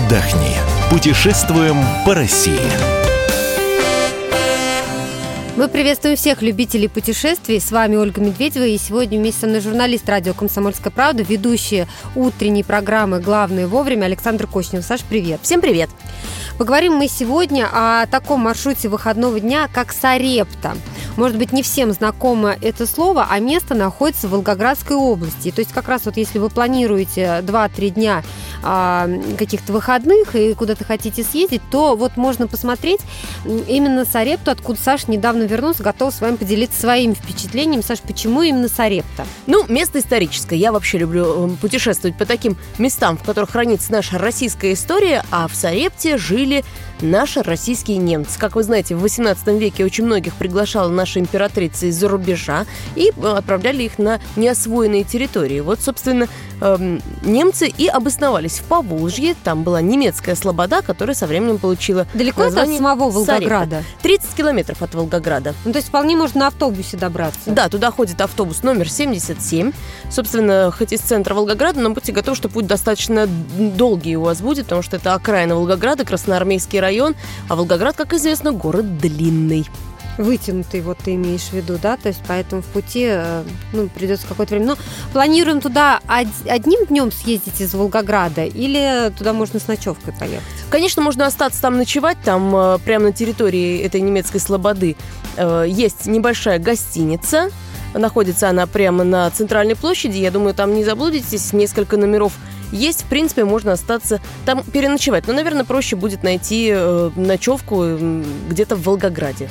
отдохни. Путешествуем по России. Мы приветствуем всех любителей путешествий. С вами Ольга Медведева. И сегодня вместе со мной журналист радио «Комсомольская правда», ведущая утренней программы «Главное вовремя» Александр Кочнев. Саш, привет. Всем привет. Поговорим мы сегодня о таком маршруте выходного дня, как Сарепта. Может быть, не всем знакомо это слово, а место находится в Волгоградской области. То есть как раз вот если вы планируете 2-3 дня каких-то выходных и куда-то хотите съездить, то вот можно посмотреть именно Сарепту, откуда Саша недавно вернулся, готов с вами поделиться своими впечатлениями. Саш, почему именно Сарепта? Место историческое. Я вообще люблю путешествовать по таким местам, в которых хранится наша российская история, а в Сарепте жили наши российские немцы. Как вы знаете, в 18 веке очень многих приглашала наша императрица из-за рубежа и отправляли их на неосвоенные территории. Вот, собственно, немцы и обосновались в Поволжье. Там была немецкая слобода, которая со временем получила далеко название от самого Волгограда? Сарепта. 30 километров от Волгограда. То есть вполне можно на автобусе добраться? Да, туда ходит автобус номер 77. Собственно, хоть из центра Волгограда, но будьте готовы, что путь достаточно долгий у вас будет, потому что это окраина Волгограда, Красноармейский район, а Волгоград, как известно, город длинный. Вытянутый, вот ты имеешь в виду, да? То есть поэтому в пути придется какое-то время. Но планируем туда одним днем съездить из Волгограда или туда можно с ночевкой поехать? Конечно, можно остаться там ночевать. Там прямо на территории этой немецкой слободы есть небольшая гостиница. Находится она прямо на центральной площади. Я думаю, там не заблудитесь. Несколько номеров есть. В принципе, можно остаться там переночевать. Но, наверное, проще будет найти ночевку где-то в Волгограде.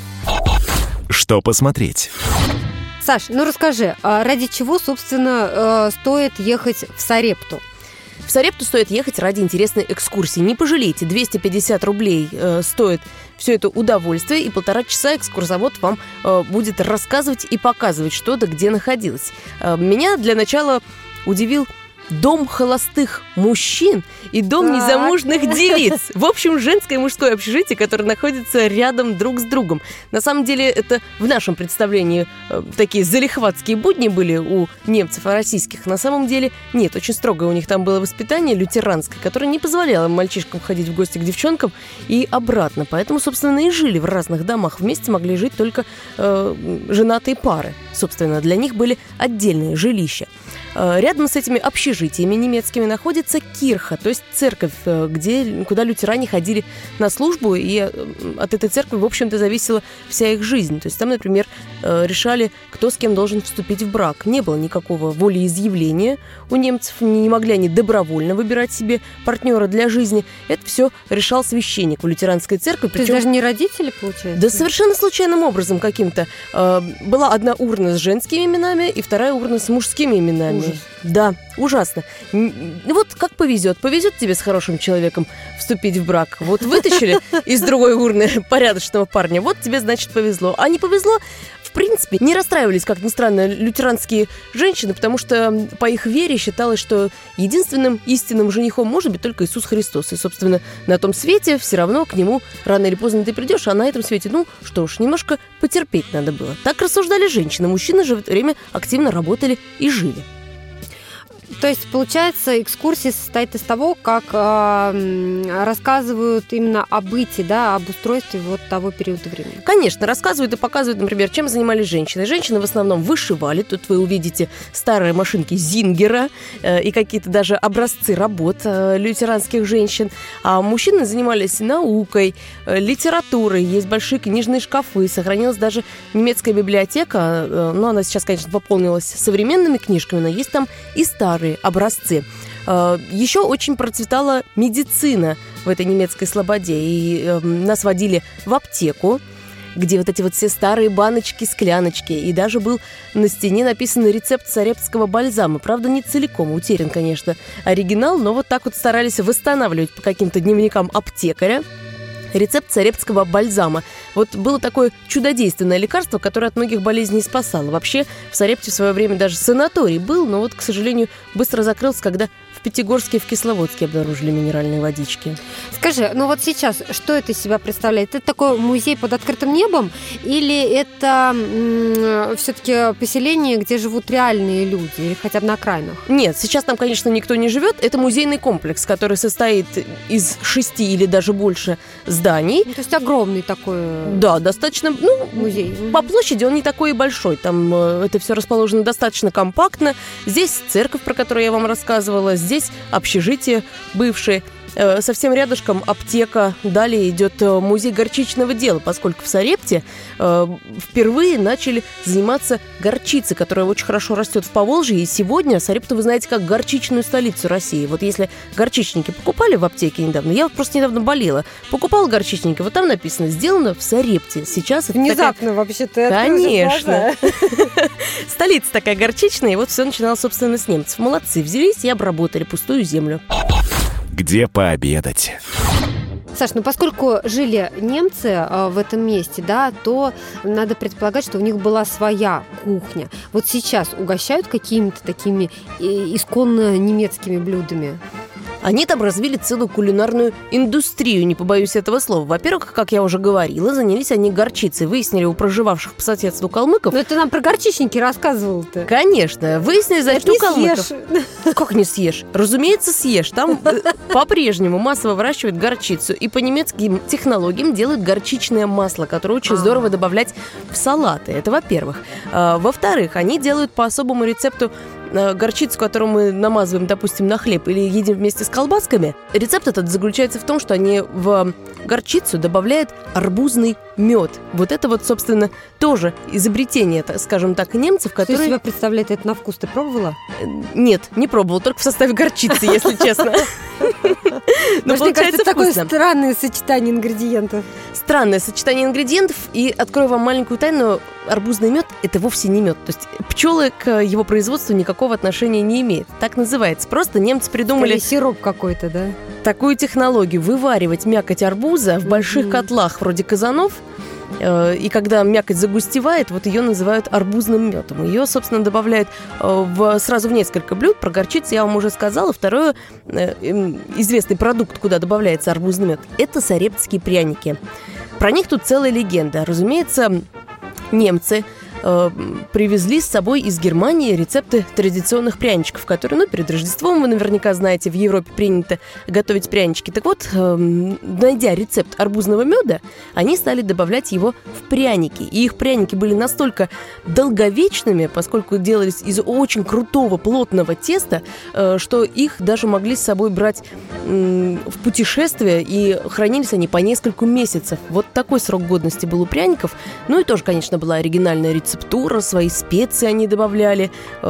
Что посмотреть? Саш, расскажи, ради чего, собственно, стоит ехать в Сарепту? В Сарепту стоит ехать ради интересной экскурсии. Не пожалейте, 250 рублей стоит все это удовольствие, и 1,5 часа экскурсовод вам будет рассказывать и показывать, что да где находилось. Меня для начала удивил дом холостых мужчин и дом незамужних девиц. В общем, женское и мужское общежитие, которое находится рядом друг с другом. На самом деле, это в нашем представлении такие залихватские будни были у немцев, а российских. На самом деле нет, очень строгое у них там было воспитание лютеранское, которое не позволяло мальчишкам ходить в гости к девчонкам и обратно. Поэтому, собственно, и жили в разных домах. Вместе могли жить только женатые пары. Собственно, для них были отдельные жилища. Рядом с этими общежитиями немецкими находится кирха, то есть церковь, куда лютеране ходили на службу, и от этой церкви, в общем-то, зависела вся их жизнь. То есть там, например, решали, кто с кем должен вступить в брак. Не было никакого волеизъявления у немцев, не могли они добровольно выбирать себе партнера для жизни. Это все решал священник в лютеранской церкви. То есть даже не родители, получается? Да совершенно случайным образом каким-то. Была одна урна с женскими именами и вторая урна с мужскими именами. Ужас. Да, ужасно. Вот как повезет. Повезет тебе с хорошим человеком вступить в брак. Вот вытащили из другой урны порядочного парня. Вот тебе, значит, повезло. А не повезло, в принципе, не расстраивались, как ни странно, лютеранские женщины, потому что по их вере считалось, что единственным истинным женихом может быть только Иисус Христос. И, собственно, на том свете все равно к нему рано или поздно ты придешь, а на этом свете, что ж, немножко потерпеть надо было. Так рассуждали женщины. Мужчины же в это время активно работали и жили. То есть, получается, экскурсия состоит из того, как рассказывают именно о быте, да, об устройстве вот того периода времени. Конечно, рассказывают и показывают, например, чем занимались женщины. Женщины в основном вышивали. Тут вы увидите старые машинки Зингера и какие-то даже образцы работ лютеранских женщин. А мужчины занимались наукой, литературой. Есть большие книжные шкафы. Сохранилась даже немецкая библиотека. Она сейчас, конечно, пополнилась современными книжками, но есть там и старые образцы. Еще очень процветала медицина в этой немецкой слободе. И нас водили в аптеку, где вот эти вот все старые баночки, скляночки. И даже был на стене написан рецепт сарептского бальзама. Правда, не целиком, утерян, конечно, оригинал, но вот так вот старались восстанавливать по каким-то дневникам аптекаря рецепт сарептского бальзама. Вот было такое чудодейственное лекарство, которое от многих болезней спасало. Вообще в Сарепте в свое время даже санаторий был, но вот, к сожалению, быстро закрылся, когда в Пятигорске и в Кисловодске обнаружили минеральные водички. Скажи, ну вот сейчас, что это из себя представляет? Это такой музей под открытым небом или это все-таки поселение, где живут реальные люди или хотя бы на окраинах? Нет, сейчас там, конечно, никто не живет. Это музейный комплекс, который состоит из 6 или даже больше зданий. Ну, то есть огромный такой Да, достаточно, музей. по площади он не такой и большой. Там это все расположено достаточно компактно. Здесь церковь, про которую я вам рассказывала, здесь общежитие бывшее. Совсем рядышком аптека. Далее идет музей горчичного дела, поскольку в Сарепте впервые начали заниматься горчицей, которая очень хорошо растет в Поволжье. И сегодня Сарепту вы знаете как горчичную столицу России. Вот если горчичники покупали в аптеке недавно, я вот просто недавно болела, покупала горчичники, вот там написано «Сделано в Сарепте». Сейчас это внезапно вообще-то. Конечно. Столица такая горчичная, и вот все начиналось, собственно, с немцев. Молодцы, взялись и обработали пустую землю. Где пообедать? Саш, ну поскольку жили немцы в этом месте, да, то надо предполагать, что у них была своя кухня. Вот сейчас угощают какими-то такими исконно немецкими блюдами? Они там развили целую кулинарную индустрию, не побоюсь этого слова. Во-первых, как я уже говорила, занялись они горчицей. Выяснили у проживавших по соседству калмыков... Но это нам про горчичники рассказывал-то. Конечно. Выяснили, значит, у калмыков... Съешь. Как не съешь? Разумеется, съешь. Там по-прежнему массово выращивают горчицу. И по немецким технологиям делают горчичное масло, которое очень здорово добавлять в салаты. Это во-первых. Во-вторых, они делают по особому рецепту горчицу, которую мы намазываем, допустим, на хлеб или едим вместе с колбасками. Рецепт этот заключается в том, что они в горчицу добавляют арбузный мед. Вот это вот, собственно, тоже изобретение, скажем так, немцев, которые... Что из себя представляет это на вкус? Ты пробовала? Нет, не пробовала, только в составе горчицы, если честно. Но мне кажется, это такое вкусно. странное сочетание ингредиентов. Странное сочетание ингредиентов. И открою вам маленькую тайну. Арбузный мед – это вовсе не мед. То есть пчелы к его производству никакого отношения не имеют. Так называется. Просто немцы придумали... Сироп какой-то, да? Такую технологию. Вываривать мякоть арбуза в больших котлах, вроде казанов. И когда мякоть загустевает, вот ее называют арбузным медом. Ее, собственно, добавляют сразу в несколько блюд. Про горчицу я вам уже сказала. Второй известный продукт, куда добавляется арбузный мед, это сарептские пряники. Про них тут целая легенда. Разумеется, немцы привезли с собой из Германии рецепты традиционных пряничков, которые, перед Рождеством, вы наверняка знаете, в Европе принято готовить прянички. Так вот, найдя рецепт арбузного меда, они стали добавлять его в пряники. И их пряники были настолько долговечными, поскольку делались из очень крутого, плотного теста, что их даже могли с собой брать в путешествие, и хранились они по несколько месяцев. Вот такой срок годности был у пряников. Ну и тоже, конечно, была оригинальная рецептура, свои специи они добавляли.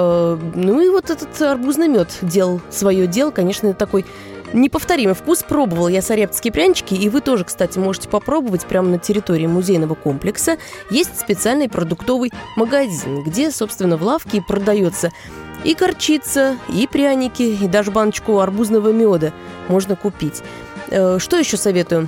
Ну и вот этот арбузный мед делал свое дело. Конечно, это такой неповторимый вкус. Пробовала я сарептские прянички, и вы тоже, кстати, можете попробовать прямо на территории музейного комплекса. Есть специальный продуктовый магазин, где, собственно, в лавке продается и горчица, и пряники, и даже баночку арбузного меда можно купить. Что еще советую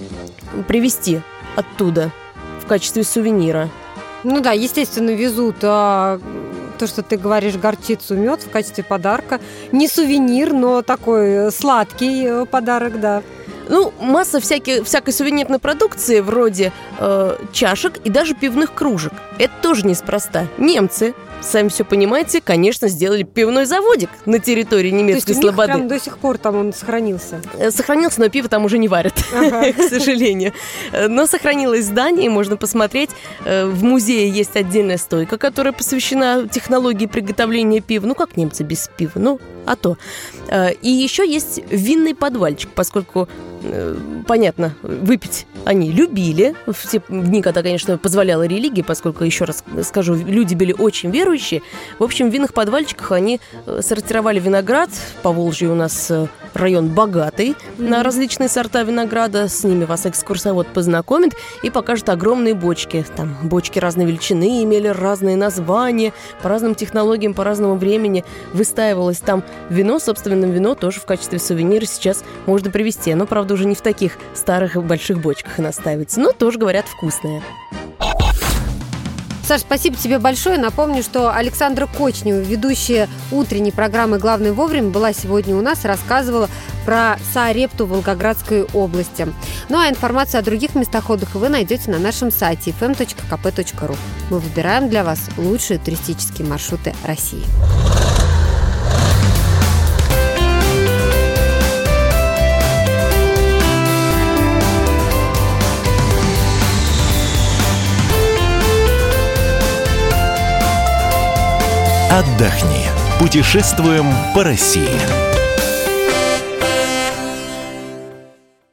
привезти оттуда в качестве сувенира? Ну да, естественно, везут то, что ты говоришь, горчицу, мед в качестве подарка. Не сувенир, но такой сладкий подарок, да. Ну, масса всякой сувенирной продукции, вроде чашек и даже пивных кружек. Это тоже неспроста. Немцы, сами все понимаете, конечно, сделали пивной заводик на территории немецкой слободы. То есть прям до сих пор там он сохранился? Сохранился, но пиво там уже не варят, к сожалению. Но сохранилось здание, можно посмотреть. В музее есть отдельная стойка, которая посвящена технологии приготовления пива. Ну, как немцы без пива? Ну, а то. И еще есть винный подвальчик, поскольку, понятно, выпить они любили. В те дни, когда, конечно, позволяла религия, поскольку, еще раз скажу, люди были очень верующие. В общем, в винных подвальчиках они сортировали виноград. В Поволжье у нас район богатый на различные сорта винограда. С ними вас экскурсовод познакомит и покажет огромные бочки. Там бочки разной величины имели разные названия, по разным технологиям, по разному времени выстаивалось там вино. Собственно, вино тоже в качестве сувенира сейчас можно привезти. Оно, правда, уже не в таких старых больших бочках и наставится, но тоже, говорят, вкусное. Саш, спасибо тебе большое. Напомню, что Александра Кочнева, ведущая утренней программы «Главное вовремя», была сегодня у нас и рассказывала про Саарепту Волгоградской области. Ну а информацию о других местах отдыха вы найдете на нашем сайте fm.kp.ru. Мы выбираем для вас лучшие туристические маршруты России. Отдохни. Путешествуем по России.